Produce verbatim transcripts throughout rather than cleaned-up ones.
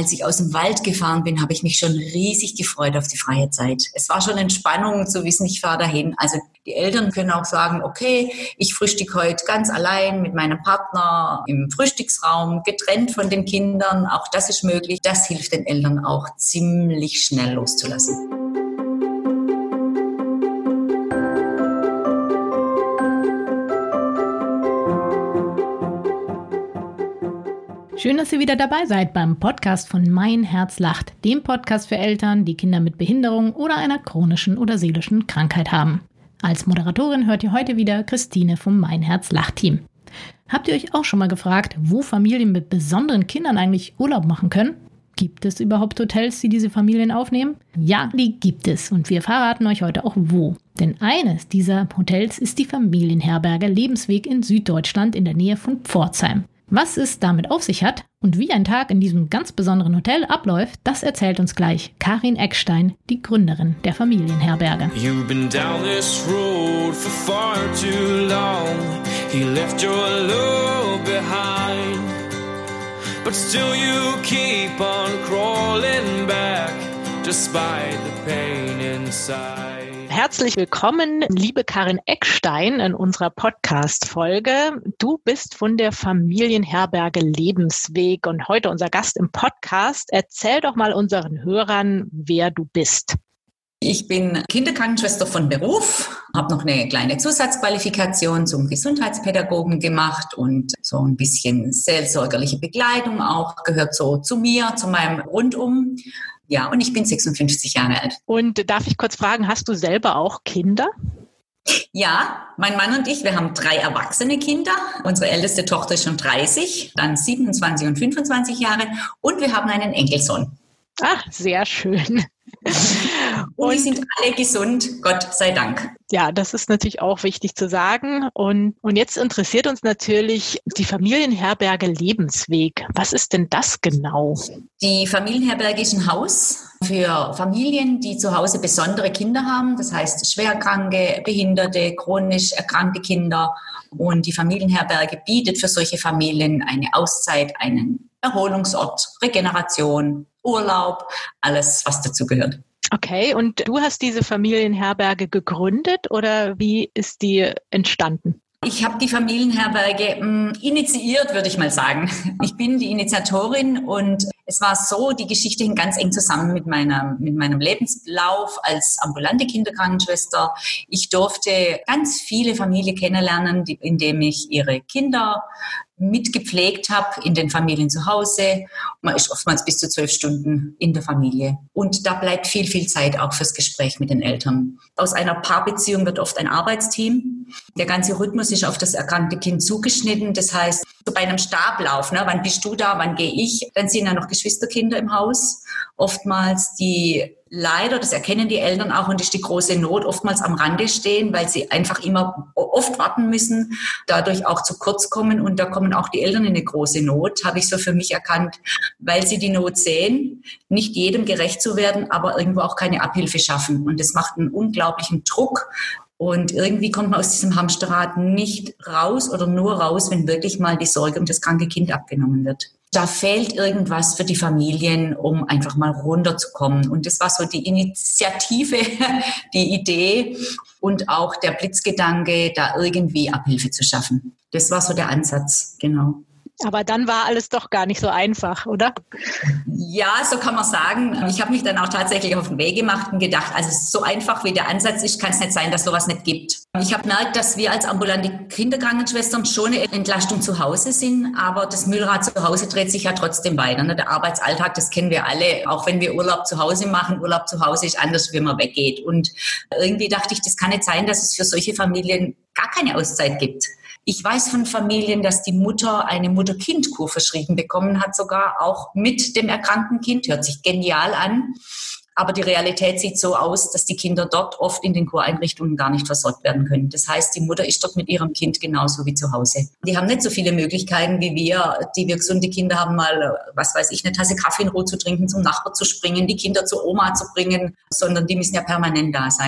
als ich aus dem Wald gefahren bin, habe ich mich schon riesig gefreut auf die freie Zeit. Es war schon Entspannung zu wissen, ich fahre dahin. Also die Eltern können auch sagen, okay, ich frühstücke heute ganz allein mit meinem Partner im Frühstücksraum, getrennt von den Kindern. Auch das ist möglich. Das hilft den Eltern auch ziemlich schnell loszulassen. Schön, dass ihr wieder dabei seid beim Podcast von Mein Herz lacht, dem Podcast für Eltern, die Kinder mit Behinderung oder einer chronischen oder seelischen Krankheit haben. Als Moderatorin hört ihr heute wieder Christine vom Mein Herz lacht Team. Habt ihr euch auch schon mal gefragt, wo Familien mit besonderen Kindern eigentlich Urlaub machen können? Gibt es überhaupt Hotels, die diese Familien aufnehmen? Ja, die gibt es und wir verraten euch heute auch wo. Denn eines dieser Hotels ist die Familienherberge Lebensweg in Süddeutschland in der Nähe von Pforzheim. Was es damit auf sich hat und wie ein Tag in diesem ganz besonderen Hotel abläuft, das erzählt uns gleich Karin Eckstein, die Gründerin der Familienherberge. You've been down this road for far too long. He left your love behind. But still you keep on crawling back despite the pain inside. Herzlich willkommen, liebe Karin Eckstein, in unserer Podcast-Folge. Du bist von der Familienherberge Lebensweg und heute unser Gast im Podcast. Erzähl doch mal unseren Hörern, wer du bist. Ich bin Kinderkrankenschwester von Beruf, habe noch eine kleine Zusatzqualifikation zum Gesundheitspädagogen gemacht und so ein bisschen seelsorgerliche Begleitung auch gehört so zu mir, zu meinem Rundum. Ja, und ich bin sechsundfünfzig Jahre alt. Und darf ich kurz fragen, hast du selber auch Kinder? Ja, mein Mann und ich, wir haben drei erwachsene Kinder. Unsere älteste Tochter ist schon dreißig, dann siebenundzwanzig und fünfundzwanzig Jahre und wir haben einen Enkelsohn. Ah, sehr schön. Und, und die sind alle gesund, Gott sei Dank. Ja, das ist natürlich auch wichtig zu sagen. Und, und jetzt interessiert uns natürlich die Familienherberge Lebensweg. Was ist denn das genau? Die Familienherberge ist ein Haus für Familien, die zu Hause besondere Kinder haben. Das heißt schwerkranke, behinderte, chronisch erkrankte Kinder. Und die Familienherberge bietet für solche Familien eine Auszeit, einen Erholungsort, Regeneration, Urlaub, alles, was dazu gehört. Okay, und du hast diese Familienherberge gegründet oder wie ist die entstanden? Ich habe die Familienherberge mh, initiiert, würde ich mal sagen. Ich bin die Initiatorin und es war so, die Geschichte hing ganz eng zusammen mit, meiner, mit meinem Lebenslauf als ambulante Kinderkrankenschwester. Ich durfte ganz viele Familien kennenlernen, die, indem ich ihre Kinder mitgepflegt habe in den Familien zu Hause. Man ist oftmals bis zu zwölf Stunden in der Familie. Und da bleibt viel, viel Zeit auch fürs Gespräch mit den Eltern. Aus einer Paarbeziehung wird oft ein Arbeitsteam. Der ganze Rhythmus ist auf das erkrankte Kind zugeschnitten. Das heißt, so bei einem Stablauf, ne, wann bist du da, wann gehe ich? Dann sind ja noch Geschwisterkinder im Haus. Oftmals die leider, das erkennen die Eltern auch und das ist die große Not, oftmals am Rande stehen, weil sie einfach immer oft warten müssen, dadurch auch zu kurz kommen und da kommen auch die Eltern in eine große Not, habe ich so für mich erkannt, weil sie die Not sehen, nicht jedem gerecht zu werden, aber irgendwo auch keine Abhilfe schaffen und das macht einen unglaublichen Druck. Und irgendwie kommt man aus diesem Hamsterrad nicht raus oder nur raus, wenn wirklich mal die Sorge um das kranke Kind abgenommen wird. Da fehlt irgendwas für die Familien, um einfach mal runterzukommen. Und das war so die Initiative, die Idee und auch der Blitzgedanke, da irgendwie Abhilfe zu schaffen. Das war so der Ansatz, genau. Aber dann war alles doch gar nicht so einfach, oder? Ja, so kann man sagen. Ich habe mich dann auch tatsächlich auf den Weg gemacht und gedacht, also so einfach wie der Ansatz ist, kann es nicht sein, dass es sowas nicht gibt. Ich habe gemerkt, dass wir als ambulante Kinderkrankenschwestern schon eine Entlastung zu Hause sind, aber das Mühlrad zu Hause dreht sich ja trotzdem weiter. Der Arbeitsalltag, das kennen wir alle, auch wenn wir Urlaub zu Hause machen. Urlaub zu Hause ist anders, wenn man weggeht. Und irgendwie dachte ich, das kann nicht sein, dass es für solche Familien gar keine Auszeit gibt. Ich weiß von Familien, dass die Mutter eine Mutter-Kind-Kur verschrieben bekommen hat, sogar auch mit dem erkrankten Kind. Hört sich genial an. Aber die Realität sieht so aus, dass die Kinder dort oft in den Kureinrichtungen gar nicht versorgt werden können. Das heißt, die Mutter ist dort mit ihrem Kind genauso wie zu Hause. Die haben nicht so viele Möglichkeiten wie wir, die wir gesunde Kinder haben, mal, was weiß ich, eine Tasse Kaffee in Ruhe zu trinken, zum Nachbar zu springen, die Kinder zur Oma zu bringen, sondern die müssen ja permanent da sein.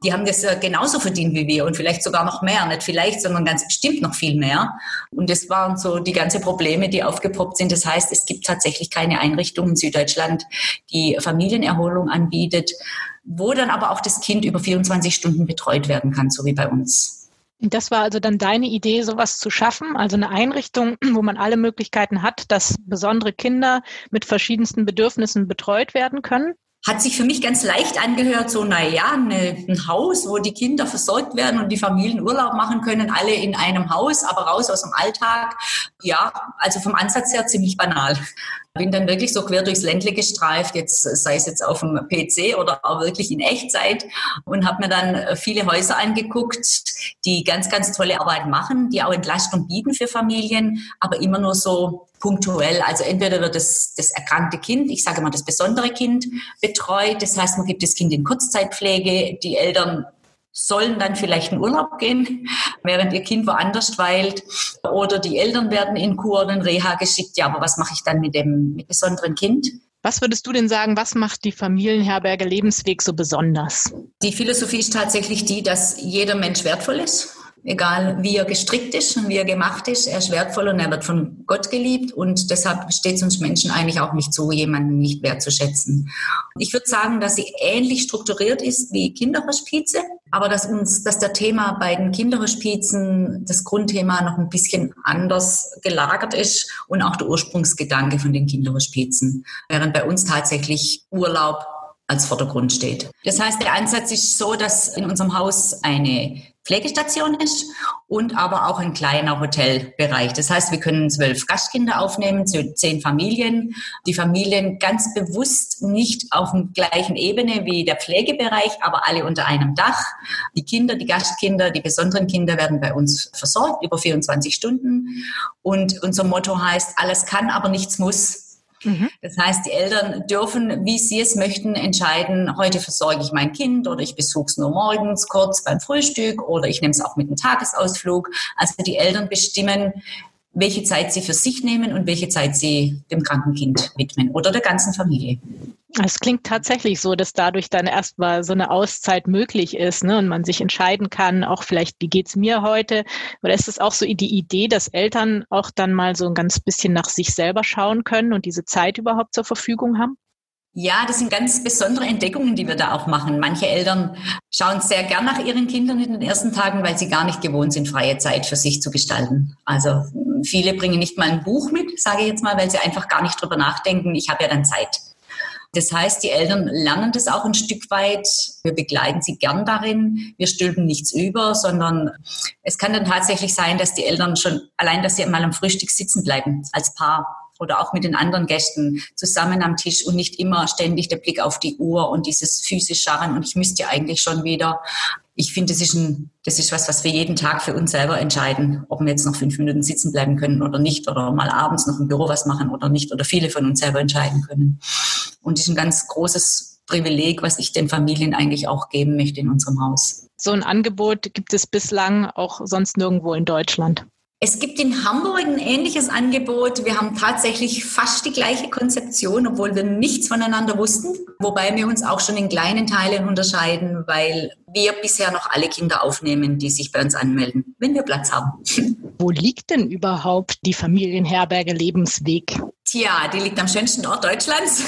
Die haben das genauso verdient wie wir und vielleicht sogar noch mehr. Nicht vielleicht, sondern ganz bestimmt noch viel mehr. Und das waren so die ganzen Probleme, die aufgepoppt sind. Das heißt, es gibt tatsächlich keine Einrichtung in Süddeutschland, die Familienerholung anbietet, wo dann aber auch das Kind über vierundzwanzig Stunden betreut werden kann, so wie bei uns. Das war also dann deine Idee, sowas zu schaffen, also eine Einrichtung, wo man alle Möglichkeiten hat, dass besondere Kinder mit verschiedensten Bedürfnissen betreut werden können? Hat sich für mich ganz leicht angehört, so naja, eine, ein Haus, wo die Kinder versorgt werden und die Familien Urlaub machen können, alle in einem Haus, aber raus aus dem Alltag. Ja, also vom Ansatz her ziemlich banal. Bin dann wirklich so quer durchs Ländle gestreift, jetzt sei es jetzt auf dem P C oder auch wirklich in Echtzeit und habe mir dann viele Häuser angeguckt, die ganz, ganz tolle Arbeit machen, die auch Entlastung bieten für Familien, aber immer nur so punktuell. Also entweder wird das, das erkrankte Kind, ich sage mal das besondere Kind, betreut. Das heißt, man gibt das Kind in Kurzzeitpflege, die Eltern sollen dann vielleicht in Urlaub gehen, während ihr Kind woanders weilt. Oder die Eltern werden in Kur oder in Reha geschickt. Ja, aber was mache ich dann mit dem mit besonderen Kind? Was würdest du denn sagen, was macht die Familienherberge Lebensweg so besonders? Die Philosophie ist tatsächlich die, dass jeder Mensch wertvoll ist. Egal wie er gestrickt ist und wie er gemacht ist, er ist wertvoll und er wird von Gott geliebt und deshalb steht es uns Menschen eigentlich auch nicht zu, jemanden nicht wertzuschätzen. Ich würde sagen, dass sie ähnlich strukturiert ist wie Kinderhospize, aber dass uns, dass der Thema bei den Kinderhospizen, das Grundthema noch ein bisschen anders gelagert ist und auch der Ursprungsgedanke von den Kinderhospizen, während bei uns tatsächlich Urlaub als Vordergrund steht. Das heißt, der Ansatz ist so, dass in unserem Haus eine Pflegestation ist und aber auch ein kleiner Hotelbereich. Das heißt, wir können zwölf Gastkinder aufnehmen, zehn Familien. Die Familien ganz bewusst nicht auf der gleichen Ebene wie der Pflegebereich, aber alle unter einem Dach. Die Kinder, die Gastkinder, die besonderen Kinder werden bei uns versorgt über vierundzwanzig Stunden. Und unser Motto heißt, alles kann, aber nichts muss. Das heißt, die Eltern dürfen, wie sie es möchten, entscheiden, heute versorge ich mein Kind oder ich besuche es nur morgens kurz beim Frühstück oder ich nehme es auch mit einem Tagesausflug. Also die Eltern bestimmen, welche Zeit sie für sich nehmen und welche Zeit sie dem kranken Kind widmen oder der ganzen Familie. Es klingt tatsächlich so, dass dadurch dann erstmal so eine Auszeit möglich ist, ne, und man sich entscheiden kann, auch vielleicht, wie geht's mir heute? Oder ist es auch so die Idee, dass Eltern auch dann mal so ein ganz bisschen nach sich selber schauen können und diese Zeit überhaupt zur Verfügung haben? Ja, das sind ganz besondere Entdeckungen, die wir da auch machen. Manche Eltern schauen sehr gern nach ihren Kindern in den ersten Tagen, weil sie gar nicht gewohnt sind, freie Zeit für sich zu gestalten. Also viele bringen nicht mal ein Buch mit, sage ich jetzt mal, weil sie einfach gar nicht drüber nachdenken, ich habe ja dann Zeit. Das heißt, die Eltern lernen das auch ein Stück weit. Wir begleiten sie gern darin. Wir stülpen nichts über, sondern es kann dann tatsächlich sein, dass die Eltern schon, allein, dass sie mal am Frühstück sitzen bleiben als Paar oder auch mit den anderen Gästen zusammen am Tisch und nicht immer ständig der Blick auf die Uhr und dieses physisch Scharren und ich müsste ja eigentlich schon wieder. Ich finde, das ist ein, das ist was, was wir jeden Tag für uns selber entscheiden, ob wir jetzt noch fünf Minuten sitzen bleiben können oder nicht oder mal abends noch im Büro was machen oder nicht oder viele von uns selber entscheiden können. Und das ist ein ganz großes Privileg, was ich den Familien eigentlich auch geben möchte in unserem Haus. So ein Angebot gibt es bislang auch sonst nirgendwo in Deutschland. Es gibt in Hamburg ein ähnliches Angebot. Wir haben tatsächlich fast die gleiche Konzeption, obwohl wir nichts voneinander wussten. Wobei wir uns auch schon in kleinen Teilen unterscheiden, weil wir bisher noch alle Kinder aufnehmen, die sich bei uns anmelden, wenn wir Platz haben. Wo liegt denn überhaupt die Familienherberge Lebensweg? Tja, die liegt am schönsten Ort Deutschlands,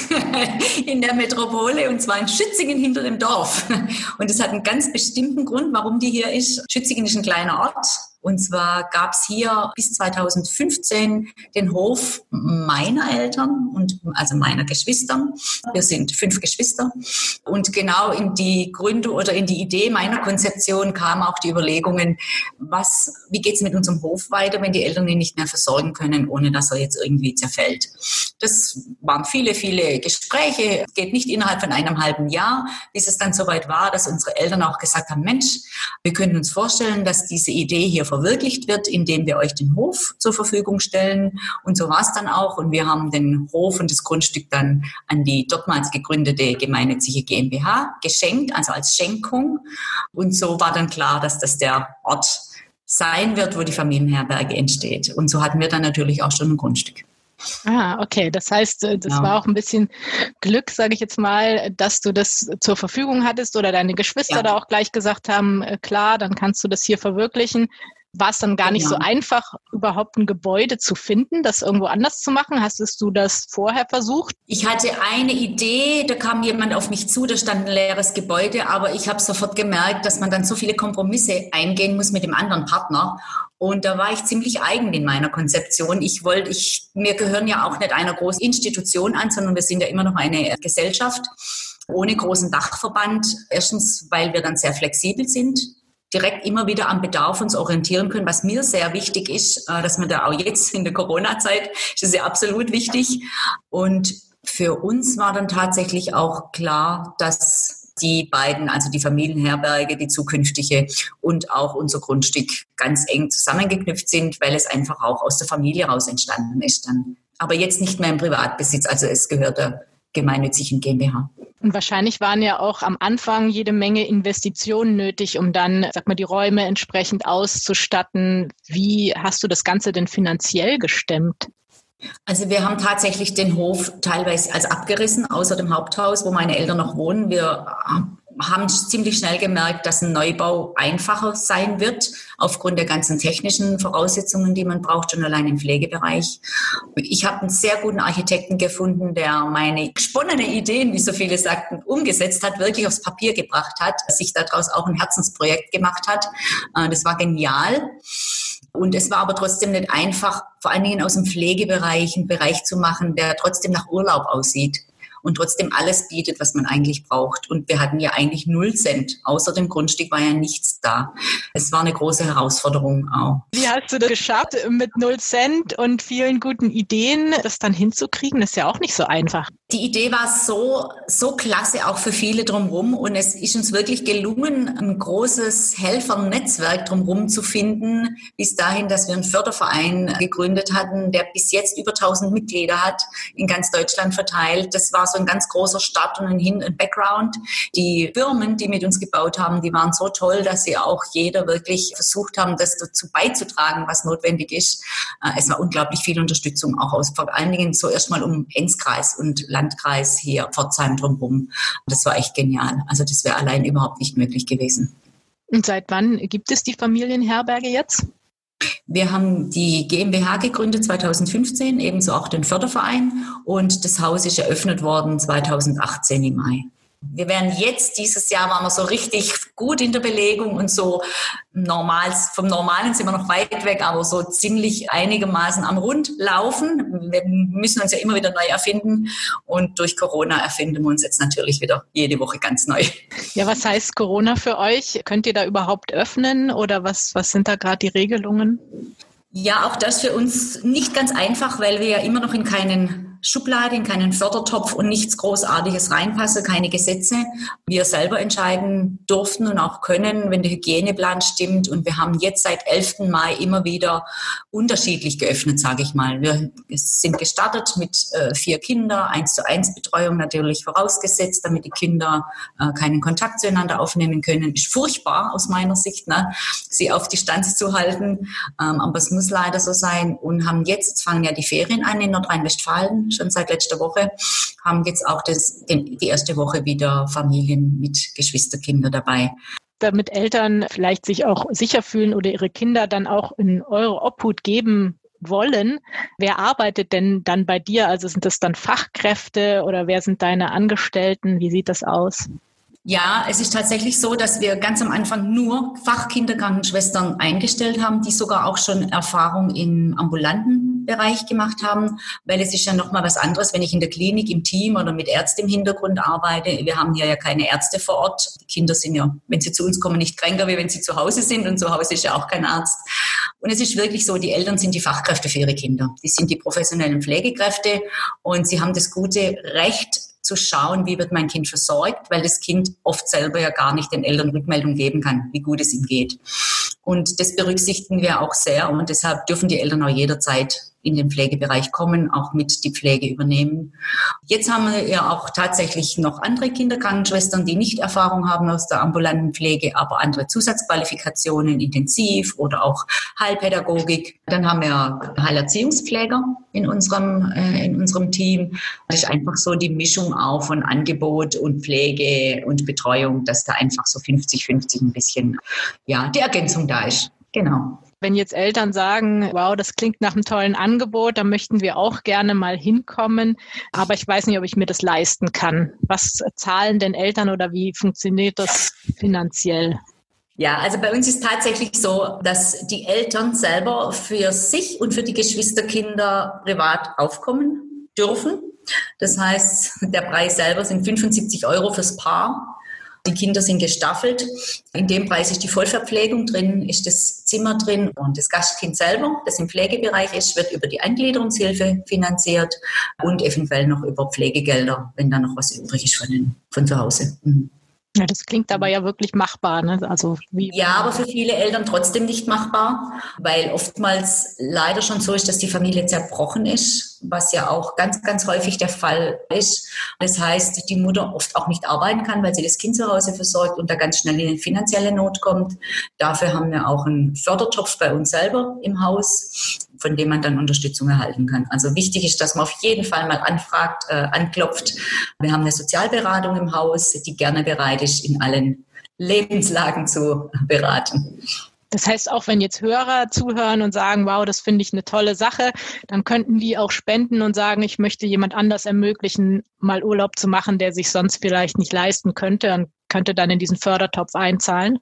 in der Metropole, und zwar in Schützingen hinter dem Dorf. Und es hat einen ganz bestimmten Grund, warum die hier ist. Schützingen ist ein kleiner Ort. Und zwar gab es hier bis zweitausendfünfzehn den Hof meiner Eltern und also meiner Geschwister. Wir sind fünf Geschwister. Und genau in die Gründe oder in die Idee meiner Konzeption kamen auch die Überlegungen, was, wie geht es mit unserem Hof weiter, wenn die Eltern ihn nicht mehr versorgen können, ohne dass er jetzt irgendwie zerfällt. Das waren viele, viele Gespräche. Es geht nicht innerhalb von einem halben Jahr, bis es dann soweit war, dass unsere Eltern auch gesagt haben, Mensch, wir können uns vorstellen, dass diese Idee hier verwirklicht wird, indem wir euch den Hof zur Verfügung stellen. Und so war es dann auch. Und wir haben den Hof und das Grundstück dann an die dortmals gegründete gemeinnützige GmbH geschenkt, also als Schenkung. Und so war dann klar, dass das der Ort sein wird, wo die Familienherberge entsteht. Und so hatten wir dann natürlich auch schon ein Grundstück. Ah, okay. Das heißt, das Ja. war auch ein bisschen Glück, sage ich jetzt mal, dass du das zur Verfügung hattest oder deine Geschwister Ja. da auch gleich gesagt haben, äh, klar, dann kannst du das hier verwirklichen. War es dann gar nicht so Genau. einfach, überhaupt ein Gebäude zu finden, das irgendwo anders zu machen? Hastest du das vorher versucht? Ich hatte eine Idee, da kam jemand auf mich zu, da stand ein leeres Gebäude, aber ich habe sofort gemerkt, dass man dann so viele Kompromisse eingehen muss mit dem anderen Partner. Und da war ich ziemlich eigen in meiner Konzeption. Ich wollte, ich, wir gehören ja auch nicht einer großen Institution an, sondern wir sind ja immer noch eine Gesellschaft ohne großen Dachverband. Erstens, weil wir dann sehr flexibel sind, direkt immer wieder am Bedarf uns orientieren können, was mir sehr wichtig ist, dass man da auch jetzt in der Corona-Zeit, ist das ja absolut wichtig. Und für uns war dann tatsächlich auch klar, dass die beiden, also die Familienherberge, die zukünftige und auch unser Grundstück ganz eng zusammengeknüpft sind, weil es einfach auch aus der Familie raus entstanden ist dann. Aber jetzt nicht mehr im Privatbesitz, also es gehört der gemeinnützigen GmbH. Und wahrscheinlich waren ja auch am Anfang jede Menge Investitionen nötig, um dann, sag mal, die Räume entsprechend auszustatten. Wie hast du das Ganze denn finanziell gestemmt? Also wir haben tatsächlich den Hof teilweise also abgerissen, außer dem Haupthaus, wo meine Eltern noch wohnen. Wir haben ziemlich schnell gemerkt, dass ein Neubau einfacher sein wird, aufgrund der ganzen technischen Voraussetzungen, die man braucht, schon allein im Pflegebereich. Ich habe einen sehr guten Architekten gefunden, der meine gesponnene Ideen, wie so viele sagten, umgesetzt hat, wirklich aufs Papier gebracht hat, sich daraus auch ein Herzensprojekt gemacht hat. Das war genial. Und es war aber trotzdem nicht einfach, vor allen Dingen aus dem Pflegebereich einen Bereich zu machen, der trotzdem nach Urlaub aussieht und trotzdem alles bietet, was man eigentlich braucht. Und wir hatten ja eigentlich null Cent. Außer dem Grundstück war ja nichts da. Es war eine große Herausforderung auch. Wie hast du das geschafft, mit null Cent und vielen guten Ideen das dann hinzukriegen? Das ist ja auch nicht so einfach. Die Idee war so, so klasse, auch für viele drumherum. Und es ist uns wirklich gelungen, ein großes Helfernetzwerk drumherum zu finden, bis dahin, dass wir einen Förderverein gegründet hatten, der bis jetzt über tausend Mitglieder hat, in ganz Deutschland verteilt. Das war so ein ganz großer Start und ein Hin- und Background. Die Firmen, die mit uns gebaut haben, die waren so toll, dass sie auch jeder wirklich versucht haben, das dazu beizutragen, was notwendig ist. Es war unglaublich viel Unterstützung, auch aus, vor allen Dingen so erstmal um Enzkreis und Landkreis hier, Pforzheim drumherum. Das war echt genial. Also das wäre allein überhaupt nicht möglich gewesen. Und seit wann gibt es die Familienherberge jetzt? Wir haben die GmbH gegründet zweitausendfünfzehn, ebenso auch den Förderverein, und das Haus ist eröffnet worden zweitausendachtzehn im Mai. Wir werden jetzt, dieses Jahr waren wir so richtig gut in der Belegung und so normal, vom Normalen sind wir noch weit weg, aber so ziemlich einigermaßen am Rund laufen. Wir müssen uns ja immer wieder neu erfinden und durch Corona erfinden wir uns jetzt natürlich wieder jede Woche ganz neu. Ja, was heißt Corona für euch? Könnt ihr da überhaupt öffnen oder was, was sind da gerade die Regelungen? Ja, auch das für uns nicht ganz einfach, weil wir ja immer noch in keinen Schublade, in keinen Fördertopf und nichts Großartiges reinpassen, keine Gesetze. Wir selber entscheiden durften und auch können, wenn der Hygieneplan stimmt. Und wir haben jetzt seit elften Mai immer wieder unterschiedlich geöffnet, sage ich mal. Wir sind gestartet mit äh, vier Kindern, eins zu eins Betreuung natürlich vorausgesetzt, damit die Kinder äh, keinen Kontakt zueinander aufnehmen können. Ist furchtbar aus meiner Sicht, ne, sie auf Distanz zu halten. Ähm, aber es muss leider so sein. Und haben jetzt, jetzt fangen ja die Ferien an in Nordrhein-Westfalen, schon seit letzter Woche, haben jetzt auch das, den, die erste Woche wieder Familien mit Geschwisterkinder dabei. Damit Eltern vielleicht sich auch sicher fühlen oder ihre Kinder dann auch in eure Obhut geben wollen. Wer arbeitet denn dann bei dir? Also sind das dann Fachkräfte oder wer sind deine Angestellten? Wie sieht das aus? Ja, es ist tatsächlich so, dass wir ganz am Anfang nur Fachkinderkrankenschwestern eingestellt haben, die sogar auch schon Erfahrung im ambulanten Bereich gemacht haben, weil es ist ja nochmal was anderes, wenn ich in der Klinik im Team oder mit Ärzten im Hintergrund arbeite. Wir haben hier ja keine Ärzte vor Ort. Die Kinder sind ja, wenn sie zu uns kommen, nicht kränker, wie wenn sie zu Hause sind, und zu Hause ist ja auch kein Arzt. Und es ist wirklich so, die Eltern sind die Fachkräfte für ihre Kinder. Die sind die professionellen Pflegekräfte und sie haben das gute Recht, zu schauen, wie wird mein Kind versorgt, weil das Kind oft selber ja gar nicht den Eltern Rückmeldung geben kann, wie gut es ihm geht. Und das berücksichtigen wir auch sehr und deshalb dürfen die Eltern auch jederzeit in den Pflegebereich kommen, auch mit die Pflege übernehmen. Jetzt haben wir ja auch tatsächlich noch andere Kinderkrankenschwestern, die nicht Erfahrung haben aus der ambulanten Pflege, aber andere Zusatzqualifikationen, Intensiv oder auch Heilpädagogik. Dann haben wir Heilerziehungspfleger in unserem, äh, in unserem Team. Das ist einfach so die Mischung auch von Angebot und Pflege und Betreuung, dass da einfach so fünfzig fünfzig ein bisschen, ja, die Ergänzung da ist. Genau. Wenn jetzt Eltern sagen, wow, das klingt nach einem tollen Angebot, da möchten wir auch gerne mal hinkommen, aber ich weiß nicht, ob ich mir das leisten kann. Was zahlen denn Eltern oder wie funktioniert das finanziell? Ja, also bei uns ist tatsächlich so, dass die Eltern selber für sich und für die Geschwisterkinder privat aufkommen dürfen. Das heißt, der Preis selber sind fünfundsiebzig Euro fürs Paar. Die Kinder sind gestaffelt. In dem Preis ist die Vollverpflegung drin, ist das Zimmer drin und das Gastkind selber, das im Pflegebereich ist, wird über die Eingliederungshilfe finanziert und eventuell noch über Pflegegelder, wenn da noch was übrig ist von, den, von zu Hause. Mhm. Ja, das klingt aber ja wirklich machbar, ne? Also wie ja, aber für viele Eltern trotzdem nicht machbar, weil oftmals leider schon so ist, dass die Familie zerbrochen ist, was ja auch ganz, ganz häufig der Fall ist. Das heißt, die Mutter oft auch nicht arbeiten kann, weil sie das Kind zu Hause versorgt und da ganz schnell in eine finanzielle Not kommt. Dafür haben wir auch einen Fördertopf bei uns selber im Haus, von dem man dann Unterstützung erhalten kann. Also wichtig ist, dass man auf jeden Fall mal anfragt, äh, anklopft. Wir haben eine Sozialberatung im Haus, die gerne bereit ist, in allen Lebenslagen zu beraten. Das heißt, auch wenn jetzt Hörer zuhören und sagen, wow, das finde ich eine tolle Sache, dann könnten die auch spenden und sagen, ich möchte jemand anders ermöglichen, mal Urlaub zu machen, der sich sonst vielleicht nicht leisten könnte und könnte dann in diesen Fördertopf einzahlen.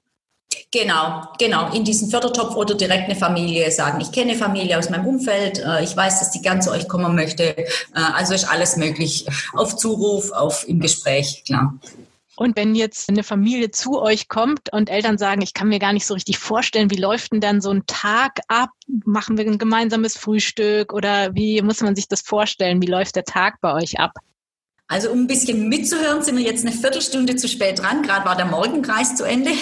Genau, genau, in diesen Fördertopf oder direkt eine Familie sagen, ich kenne eine Familie aus meinem Umfeld, ich weiß, dass die gern zu euch kommen möchte, also ist alles möglich, auf Zuruf, auf im Gespräch, klar. Und wenn jetzt eine Familie zu euch kommt und Eltern sagen, ich kann mir gar nicht so richtig vorstellen, wie läuft denn dann so ein Tag ab? Machen wir ein gemeinsames Frühstück oder wie muss man sich das vorstellen? Wie läuft der Tag bei euch ab? Also um ein bisschen mitzuhören, sind wir jetzt eine Viertelstunde zu spät dran. Gerade war der Morgenkreis zu Ende.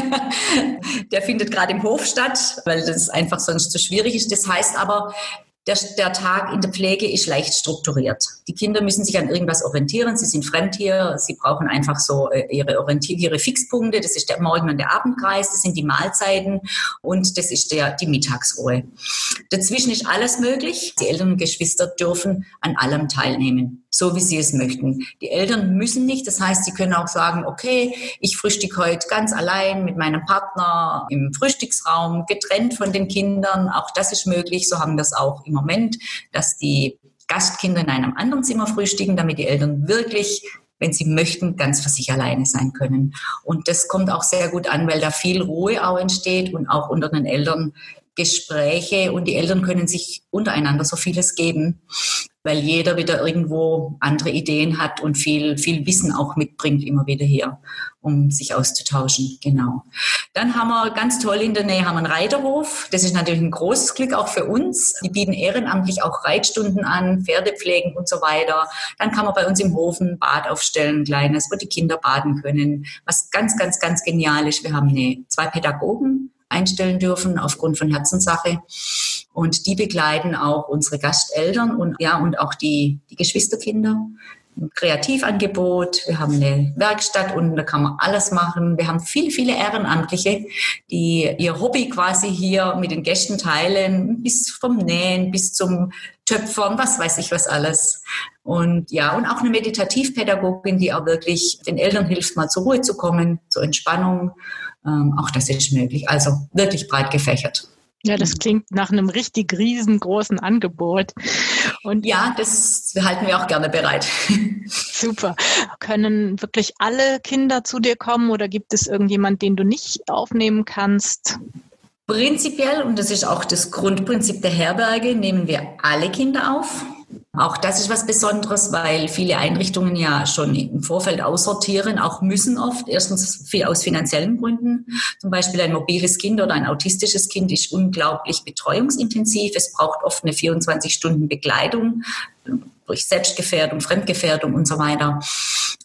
Der findet gerade im Hof statt, weil das einfach sonst zu schwierig ist. Das heißt aber, Der, der Tag in der Pflege ist leicht strukturiert. Die Kinder müssen sich an irgendwas orientieren. Sie sind fremd hier. Sie brauchen einfach so ihre Orientierung, ihre Fixpunkte. Das ist der Morgen- und der Abendkreis. Das sind die Mahlzeiten und das ist der, die Mittagsruhe. Dazwischen ist alles möglich. Die Eltern und Geschwister dürfen an allem teilnehmen, so wie sie es möchten. Die Eltern müssen nicht. Das heißt, sie können auch sagen, okay, ich frühstücke heute ganz allein mit meinem Partner im Frühstücksraum, getrennt von den Kindern. Auch das ist möglich. So haben wir es auch im Moment, dass die Gastkinder in einem anderen Zimmer frühstücken, damit die Eltern wirklich, wenn sie möchten, ganz für sich alleine sein können. Und das kommt auch sehr gut an, weil da viel Ruhe auch entsteht und auch unter den Eltern Gespräche und die Eltern können sich untereinander so vieles geben, weil jeder wieder irgendwo andere Ideen hat und viel, viel Wissen auch mitbringt immer wieder hier, um sich auszutauschen. Genau. Dann haben wir ganz toll in der Nähe haben wir einen Reiterhof. Das ist natürlich ein großes Glück auch für uns. Die bieten ehrenamtlich auch Reitstunden an, Pferdepflegen und so weiter. Dann kann man bei uns im Hof ein Bad aufstellen, ein kleines, wo die Kinder baden können. Was ganz, ganz, ganz genial ist, wir haben eine, zwei Pädagogen einstellen dürfen aufgrund von Herzenssache. Und die begleiten auch unsere Gasteltern und, ja, und auch die, die Geschwisterkinder. Ein Kreativangebot, wir haben eine Werkstatt und da kann man alles machen. Wir haben viele, viele Ehrenamtliche, die ihr Hobby quasi hier mit den Gästen teilen, bis vom Nähen, bis zum Töpfern, was weiß ich was alles. Und ja, und auch eine Meditativpädagogin, die auch wirklich den Eltern hilft, mal zur Ruhe zu kommen, zur Entspannung. Ähm, auch das ist möglich. Also wirklich breit gefächert. Ja, das klingt nach einem richtig riesengroßen Angebot. Und ja, das halten wir auch gerne bereit. Super. Können wirklich alle Kinder zu dir kommen oder gibt es irgendjemand, den du nicht aufnehmen kannst? Prinzipiell, und das ist auch das Grundprinzip der Herberge, nehmen wir alle Kinder auf. Auch das ist was Besonderes, weil viele Einrichtungen ja schon im Vorfeld aussortieren, auch müssen oft. Erstens viel aus finanziellen Gründen. Zum Beispiel ein mobiles Kind oder ein autistisches Kind ist unglaublich betreuungsintensiv. Es braucht oft eine vierundzwanzig Stunden Begleitung durch Selbstgefährdung, Fremdgefährdung und so weiter.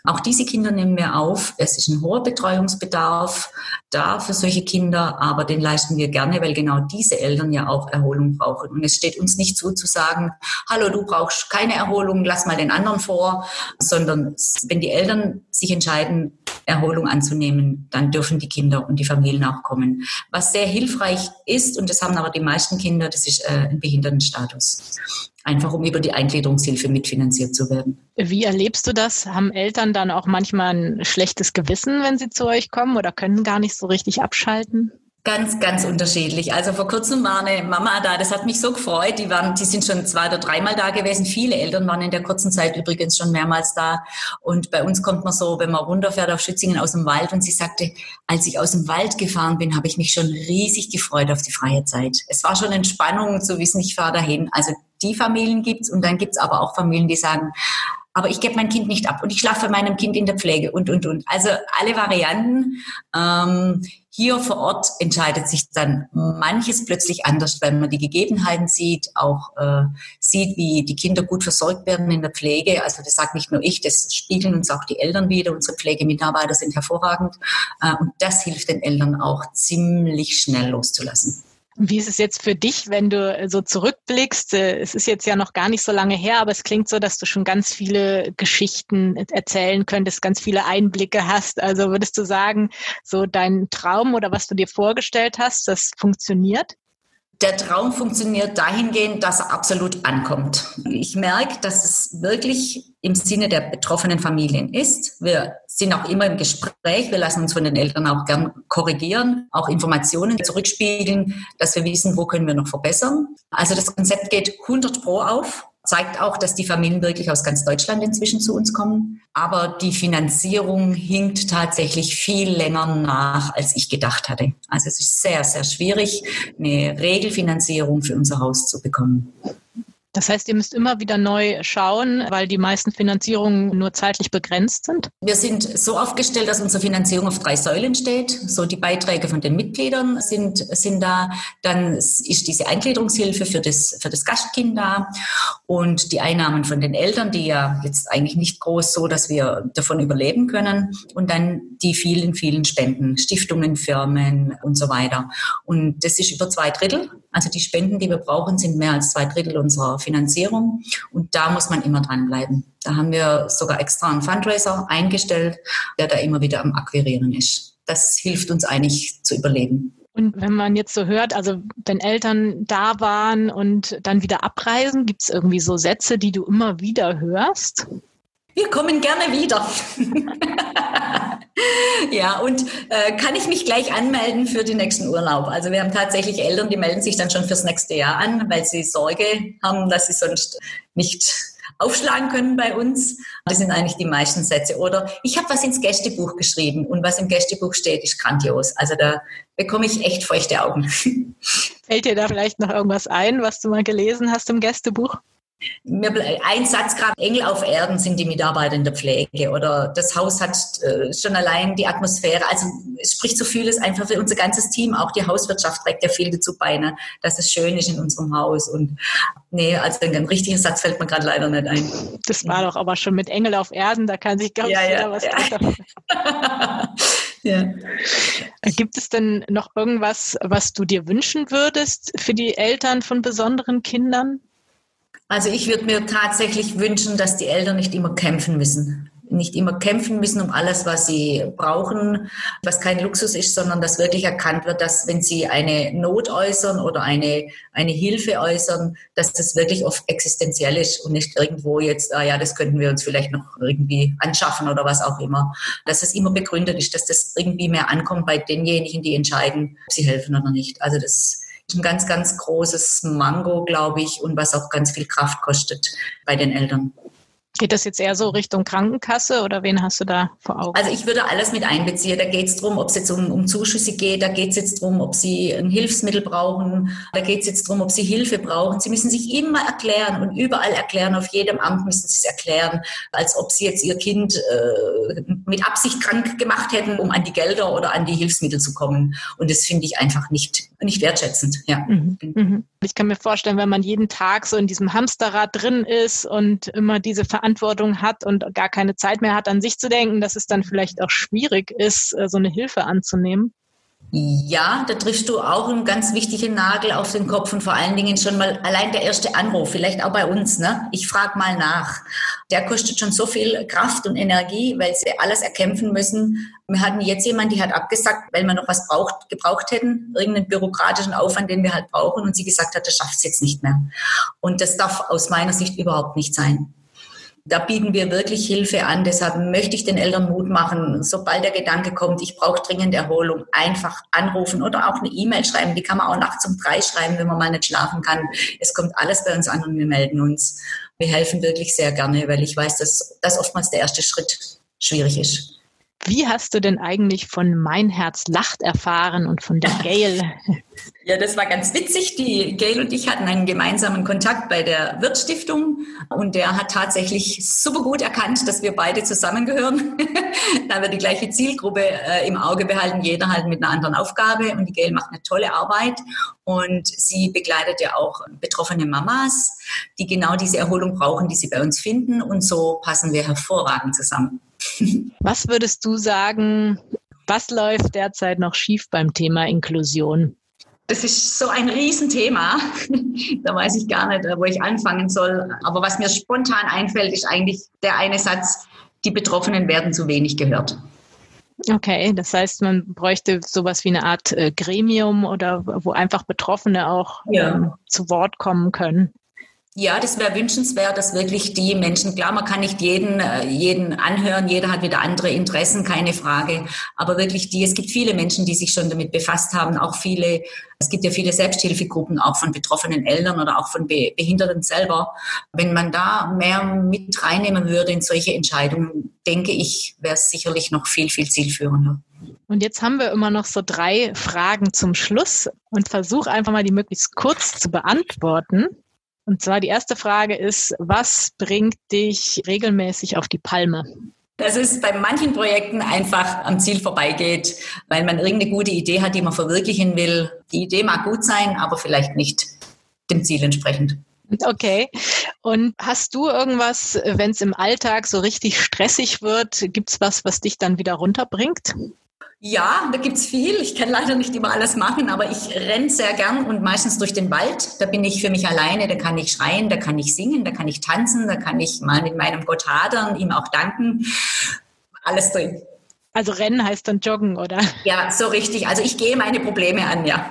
Auch diese Kinder nehmen wir auf. Es ist ein hoher Betreuungsbedarf da für solche Kinder, aber den leisten wir gerne, weil genau diese Eltern ja auch Erholung brauchen. Und es steht uns nicht zu, zu sagen, hallo, du brauchst keine Erholung, lass mal den anderen vor, sondern wenn die Eltern sich entscheiden, Erholung anzunehmen, dann dürfen die Kinder und die Familien auch kommen. Was sehr hilfreich ist, und das haben aber die meisten Kinder, das ist äh, ein Behindertenstatus. Einfach um über die Eingliederungshilfe mitfinanziert zu werden. Wie erlebst du das? Haben Eltern dann auch manchmal ein schlechtes Gewissen, wenn sie zu euch kommen oder können gar nicht so richtig abschalten? Ganz, ganz unterschiedlich. Also vor kurzem war eine Mama da, das hat mich so gefreut. Die waren, die sind schon zwei oder dreimal da gewesen. Viele Eltern waren in der kurzen Zeit übrigens schon mehrmals da. Und bei uns kommt man so, wenn man runterfährt auf Schützingen aus dem Wald, und sie sagte, als ich aus dem Wald gefahren bin, habe ich mich schon riesig gefreut auf die freie Zeit. Es war schon Entspannung zu wissen, ich fahre dahin. Also die Familien gibt's, und dann gibt's aber auch Familien, die sagen, aber ich gebe mein Kind nicht ab und ich schlafe bei meinem Kind in der Pflege und, und, und. Also alle Varianten. Ähm, hier vor Ort entscheidet sich dann manches plötzlich anders, weil man die Gegebenheiten sieht, auch äh, sieht, wie die Kinder gut versorgt werden in der Pflege. Also das sagt nicht nur ich, das spiegeln uns auch die Eltern wieder. Unsere Pflegemitarbeiter sind hervorragend. Äh, und das hilft den Eltern auch ziemlich schnell loszulassen. Wie ist es jetzt für dich, wenn du so zurückblickst? Es ist jetzt ja noch gar nicht so lange her, aber es klingt so, dass du schon ganz viele Geschichten erzählen könntest, ganz viele Einblicke hast. Also würdest du sagen, so dein Traum oder was du dir vorgestellt hast, das funktioniert? Der Traum funktioniert dahingehend, dass er absolut ankommt. Ich merke, dass es wirklich im Sinne der betroffenen Familien ist. Wir sind auch immer im Gespräch. Wir lassen uns von den Eltern auch gern korrigieren, auch Informationen zurückspiegeln, dass wir wissen, wo können wir noch verbessern. Also das Konzept geht hundert Pro auf. Zeigt auch, dass die Familien wirklich aus ganz Deutschland inzwischen zu uns kommen. Aber die Finanzierung hinkt tatsächlich viel länger nach, als ich gedacht hatte. Also es ist sehr, sehr schwierig, eine Regelfinanzierung für unser Haus zu bekommen. Das heißt, ihr müsst immer wieder neu schauen, weil die meisten Finanzierungen nur zeitlich begrenzt sind? Wir sind so aufgestellt, dass unsere Finanzierung auf drei Säulen steht. So die Beiträge von den Mitgliedern sind, sind da. Dann ist diese Eingliederungshilfe für das, für das Gastkind da. Und die Einnahmen von den Eltern, die ja jetzt eigentlich nicht groß so, dass wir davon überleben können. Und dann die vielen, vielen Spenden, Stiftungen, Firmen und so weiter. Und das ist über zwei Drittel. Also die Spenden, die wir brauchen, sind mehr als zwei Drittel unserer Finanzierung. Und da muss man immer dranbleiben. Da haben wir sogar extra einen Fundraiser eingestellt, der da immer wieder am Akquirieren ist. Das hilft uns eigentlich zu überleben. Und wenn man jetzt so hört, also wenn Eltern da waren und dann wieder abreisen, gibt es irgendwie so Sätze, die du immer wieder hörst? Wir kommen gerne wieder. Ja, und äh, kann ich mich gleich anmelden für den nächsten Urlaub? Also wir haben tatsächlich Eltern, die melden sich dann schon fürs nächste Jahr an, weil sie Sorge haben, dass sie sonst nicht aufschlagen können bei uns. Das sind eigentlich die meisten Sätze. Oder ich habe was ins Gästebuch geschrieben und was im Gästebuch steht, ist grandios. Also da bekomme ich echt feuchte Augen. Fällt dir da vielleicht noch irgendwas ein, was du mal gelesen hast im Gästebuch? Mir ein Satz gerade, Engel auf Erden sind die Mitarbeiter in der Pflege oder das Haus hat äh, schon allein die Atmosphäre, also es spricht so vieles einfach für unser ganzes Team, auch die Hauswirtschaft trägt ja viel dazu bei, ne, dass es schön ist in unserem Haus und nee, also ein richtiger Satz fällt mir gerade leider nicht ein. Das war doch aber schon mit Engel auf Erden, da kann sich ganz ja, jeder ja, was ja. drunter. Ja. Gibt es denn noch irgendwas, was du dir wünschen würdest für die Eltern von besonderen Kindern? Also ich würde mir tatsächlich wünschen, dass die Eltern nicht immer kämpfen müssen. Nicht immer kämpfen müssen um alles, was sie brauchen, was kein Luxus ist, sondern dass wirklich erkannt wird, dass wenn sie eine Not äußern oder eine, eine Hilfe äußern, dass das wirklich oft existenziell ist und nicht irgendwo jetzt, ah ja, das könnten wir uns vielleicht noch irgendwie anschaffen oder was auch immer. Dass es immer begründet ist, dass das irgendwie mehr ankommt bei denjenigen, die entscheiden, ob sie helfen oder nicht. Also das ist ein ganz, ganz großes Manko, glaube ich, und was auch ganz viel Kraft kostet bei den Eltern. Geht das jetzt eher so Richtung Krankenkasse oder wen hast du da vor Augen? Also ich würde alles mit einbeziehen. Da geht es darum, ob es jetzt um, um Zuschüsse geht, da geht es jetzt darum, ob sie ein Hilfsmittel brauchen, da geht es jetzt darum, ob sie Hilfe brauchen. Sie müssen sich immer erklären und überall erklären, auf jedem Amt müssen sie es erklären, als ob sie jetzt ihr Kind äh, mit Absicht krank gemacht hätten, um an die Gelder oder an die Hilfsmittel zu kommen. Und das finde ich einfach nicht, nicht wertschätzend. Ja. Mhm. Mhm. Ich kann mir vorstellen, wenn man jeden Tag so in diesem Hamsterrad drin ist und immer diese Verantwortung Verantwortung hat und gar keine Zeit mehr hat, an sich zu denken, dass es dann vielleicht auch schwierig ist, so eine Hilfe anzunehmen? Ja, da triffst du auch einen ganz wichtigen Nagel auf den Kopf und vor allen Dingen schon mal allein der erste Anruf, vielleicht auch bei uns, ne? Ich frage mal nach. Der kostet schon so viel Kraft und Energie, weil sie alles erkämpfen müssen. Wir hatten jetzt jemanden, die hat abgesagt, weil wir noch was braucht, gebraucht hätten, irgendeinen bürokratischen Aufwand, den wir halt brauchen, und sie gesagt hat, das schafft es jetzt nicht mehr. Und das darf aus meiner Sicht überhaupt nicht sein. Da bieten wir wirklich Hilfe an. Deshalb möchte ich den Eltern Mut machen, sobald der Gedanke kommt, ich brauche dringend Erholung, einfach anrufen oder auch eine E-Mail schreiben. Die kann man auch nachts um drei schreiben, wenn man mal nicht schlafen kann. Es kommt alles bei uns an und wir melden uns. Wir helfen wirklich sehr gerne, weil ich weiß, dass das oftmals der erste Schritt schwierig ist. Wie hast du denn eigentlich von Mein Herz lacht erfahren und von der Gail? Ja, das war ganz witzig. Die Gail und ich hatten einen gemeinsamen Kontakt bei der Wirtsstiftung und der hat tatsächlich super gut erkannt, dass wir beide zusammengehören. Da wir die gleiche Zielgruppe äh, im Auge behalten, jeder halt mit einer anderen Aufgabe, und die Gail macht eine tolle Arbeit und sie begleitet ja auch betroffene Mamas, die genau diese Erholung brauchen, die sie bei uns finden, und so passen wir hervorragend zusammen. Was würdest du sagen, was läuft derzeit noch schief beim Thema Inklusion? Das ist so ein Riesenthema. Da weiß ich gar nicht, wo ich anfangen soll. Aber was mir spontan einfällt, ist eigentlich der eine Satz: Die Betroffenen werden zu wenig gehört. Okay, das heißt, man bräuchte sowas wie eine Art äh, Gremium oder wo einfach Betroffene auch ja. ähm, zu Wort kommen können. Ja, das wäre wünschenswert, dass wirklich die Menschen, klar, man kann nicht jeden, jeden anhören, jeder hat wieder andere Interessen, keine Frage, aber wirklich die, es gibt viele Menschen, die sich schon damit befasst haben, auch viele, es gibt ja viele Selbsthilfegruppen, auch von betroffenen Eltern oder auch von Be- Behinderten selber. Wenn man da mehr mit reinnehmen würde in solche Entscheidungen, denke ich, wäre es sicherlich noch viel, viel zielführender. Und jetzt haben wir immer noch so drei Fragen zum Schluss und versuche einfach mal die möglichst kurz zu beantworten. Und zwar die erste Frage ist, was bringt dich regelmäßig auf die Palme? Dass es bei manchen Projekten einfach am Ziel vorbeigeht, weil man irgendeine gute Idee hat, die man verwirklichen will. Die Idee mag gut sein, aber vielleicht nicht dem Ziel entsprechend. Okay. Und hast du irgendwas, wenn es im Alltag so richtig stressig wird, gibt es was, was dich dann wieder runterbringt? Ja, da gibt's viel. Ich kann leider nicht immer alles machen, aber ich renne sehr gern und meistens durch den Wald. Da bin ich für mich alleine, da kann ich schreien, da kann ich singen, da kann ich tanzen, da kann ich mal mit meinem Gott hadern, ihm auch danken. Alles drin. Also Rennen heißt dann Joggen, oder? Ja, so richtig. Also ich gehe meine Probleme an, ja.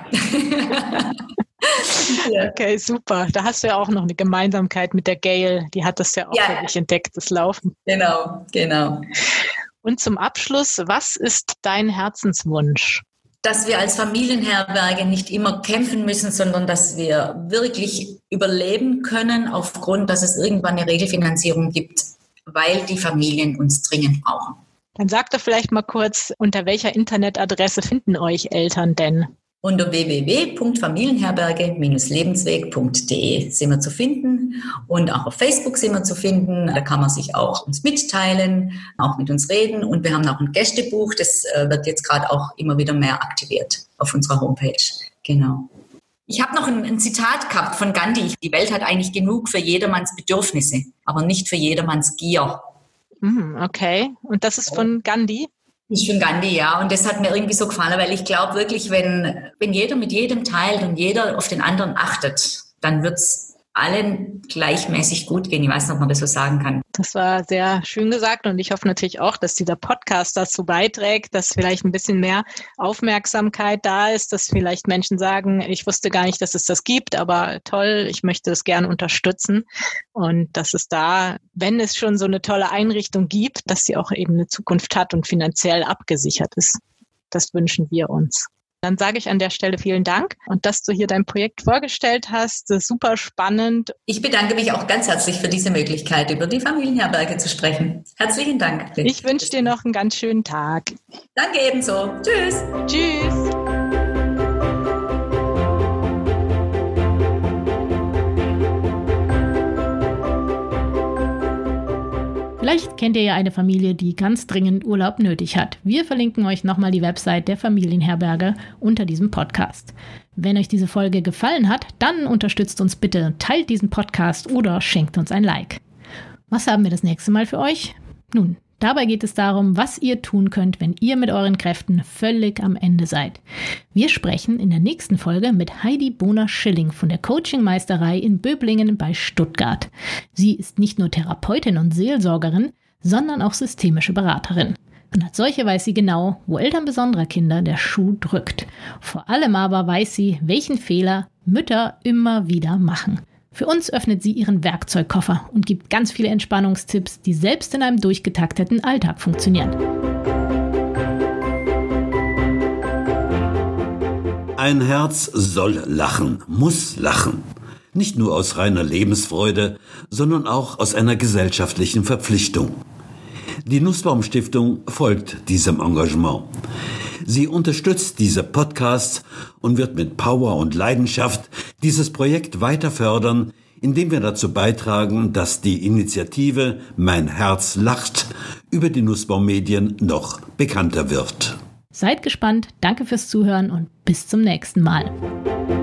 Ja. Okay, super. Da hast du ja auch noch eine Gemeinsamkeit mit der Gail. Die hat das ja auch ja, wirklich entdeckt, das Laufen. Genau, genau. Und zum Abschluss, was ist dein Herzenswunsch? Dass wir als Familienherberge nicht immer kämpfen müssen, sondern dass wir wirklich überleben können aufgrund, dass es irgendwann eine Regelfinanzierung gibt, weil die Familien uns dringend brauchen. Dann sag doch vielleicht mal kurz, unter welcher Internetadresse finden euch Eltern denn? Unter w w w punkt familienherberge Bindestrich lebensweg punkt d e sind wir zu finden, und auch auf Facebook sind wir zu finden. Da kann man sich auch uns mitteilen, auch mit uns reden, und wir haben auch ein Gästebuch, das wird jetzt gerade auch immer wieder mehr aktiviert auf unserer Homepage. Genau. Ich habe noch ein, ein Zitat gehabt von Gandhi: Die Welt hat eigentlich genug für jedermanns Bedürfnisse, aber nicht für jedermanns Gier. Okay, und das ist von Gandhi? Ich bin Gandhi, ja. Und das hat mir irgendwie so gefallen, weil ich glaube wirklich, wenn, wenn jeder mit jedem teilt und jeder auf den anderen achtet, dann wird's allen gleichmäßig gut gehen. Ich weiß nicht, ob man das so sagen kann. Das war sehr schön gesagt, und ich hoffe natürlich auch, dass dieser Podcast dazu beiträgt, dass vielleicht ein bisschen mehr Aufmerksamkeit da ist, dass vielleicht Menschen sagen, ich wusste gar nicht, dass es das gibt, aber toll, ich möchte das gerne unterstützen, und dass es da, wenn es schon so eine tolle Einrichtung gibt, dass sie auch eben eine Zukunft hat und finanziell abgesichert ist. Das wünschen wir uns. Dann sage ich an der Stelle vielen Dank, und dass du hier dein Projekt vorgestellt hast. Das ist super spannend. Ich bedanke mich auch ganz herzlich für diese Möglichkeit, über die Familienherberge zu sprechen. Herzlichen Dank. Ich wünsche dir noch einen ganz schönen Tag. Danke ebenso. Tschüss. Tschüss. Vielleicht kennt ihr ja eine Familie, die ganz dringend Urlaub nötig hat. Wir verlinken euch nochmal die Website der Familienherberge unter diesem Podcast. Wenn euch diese Folge gefallen hat, dann unterstützt uns bitte, teilt diesen Podcast oder schenkt uns ein Like. Was haben wir das nächste Mal für euch? Nun, dabei geht es darum, was ihr tun könnt, wenn ihr mit euren Kräften völlig am Ende seid. Wir sprechen in der nächsten Folge mit Heidi Bohner-Schilling von der Coaching-Meisterei in Böblingen bei Stuttgart. Sie ist nicht nur Therapeutin und Seelsorgerin, sondern auch systemische Beraterin. Und als solche weiß sie genau, wo Eltern besonderer Kinder der Schuh drückt. Vor allem aber weiß sie, welchen Fehler Mütter immer wieder machen. Für uns öffnet sie ihren Werkzeugkoffer und gibt ganz viele Entspannungstipps, die selbst in einem durchgetakteten Alltag funktionieren. Ein Herz soll lachen, muss lachen. Nicht nur aus reiner Lebensfreude, sondern auch aus einer gesellschaftlichen Verpflichtung. Die Nussbaum-Stiftung folgt diesem Engagement. Sie unterstützt diese Podcasts und wird mit Power und Leidenschaft dieses Projekt weiter fördern, indem wir dazu beitragen, dass die Initiative Mein Herz lacht über die Nussbaum-Medien noch bekannter wird. Seid gespannt, danke fürs Zuhören und bis zum nächsten Mal.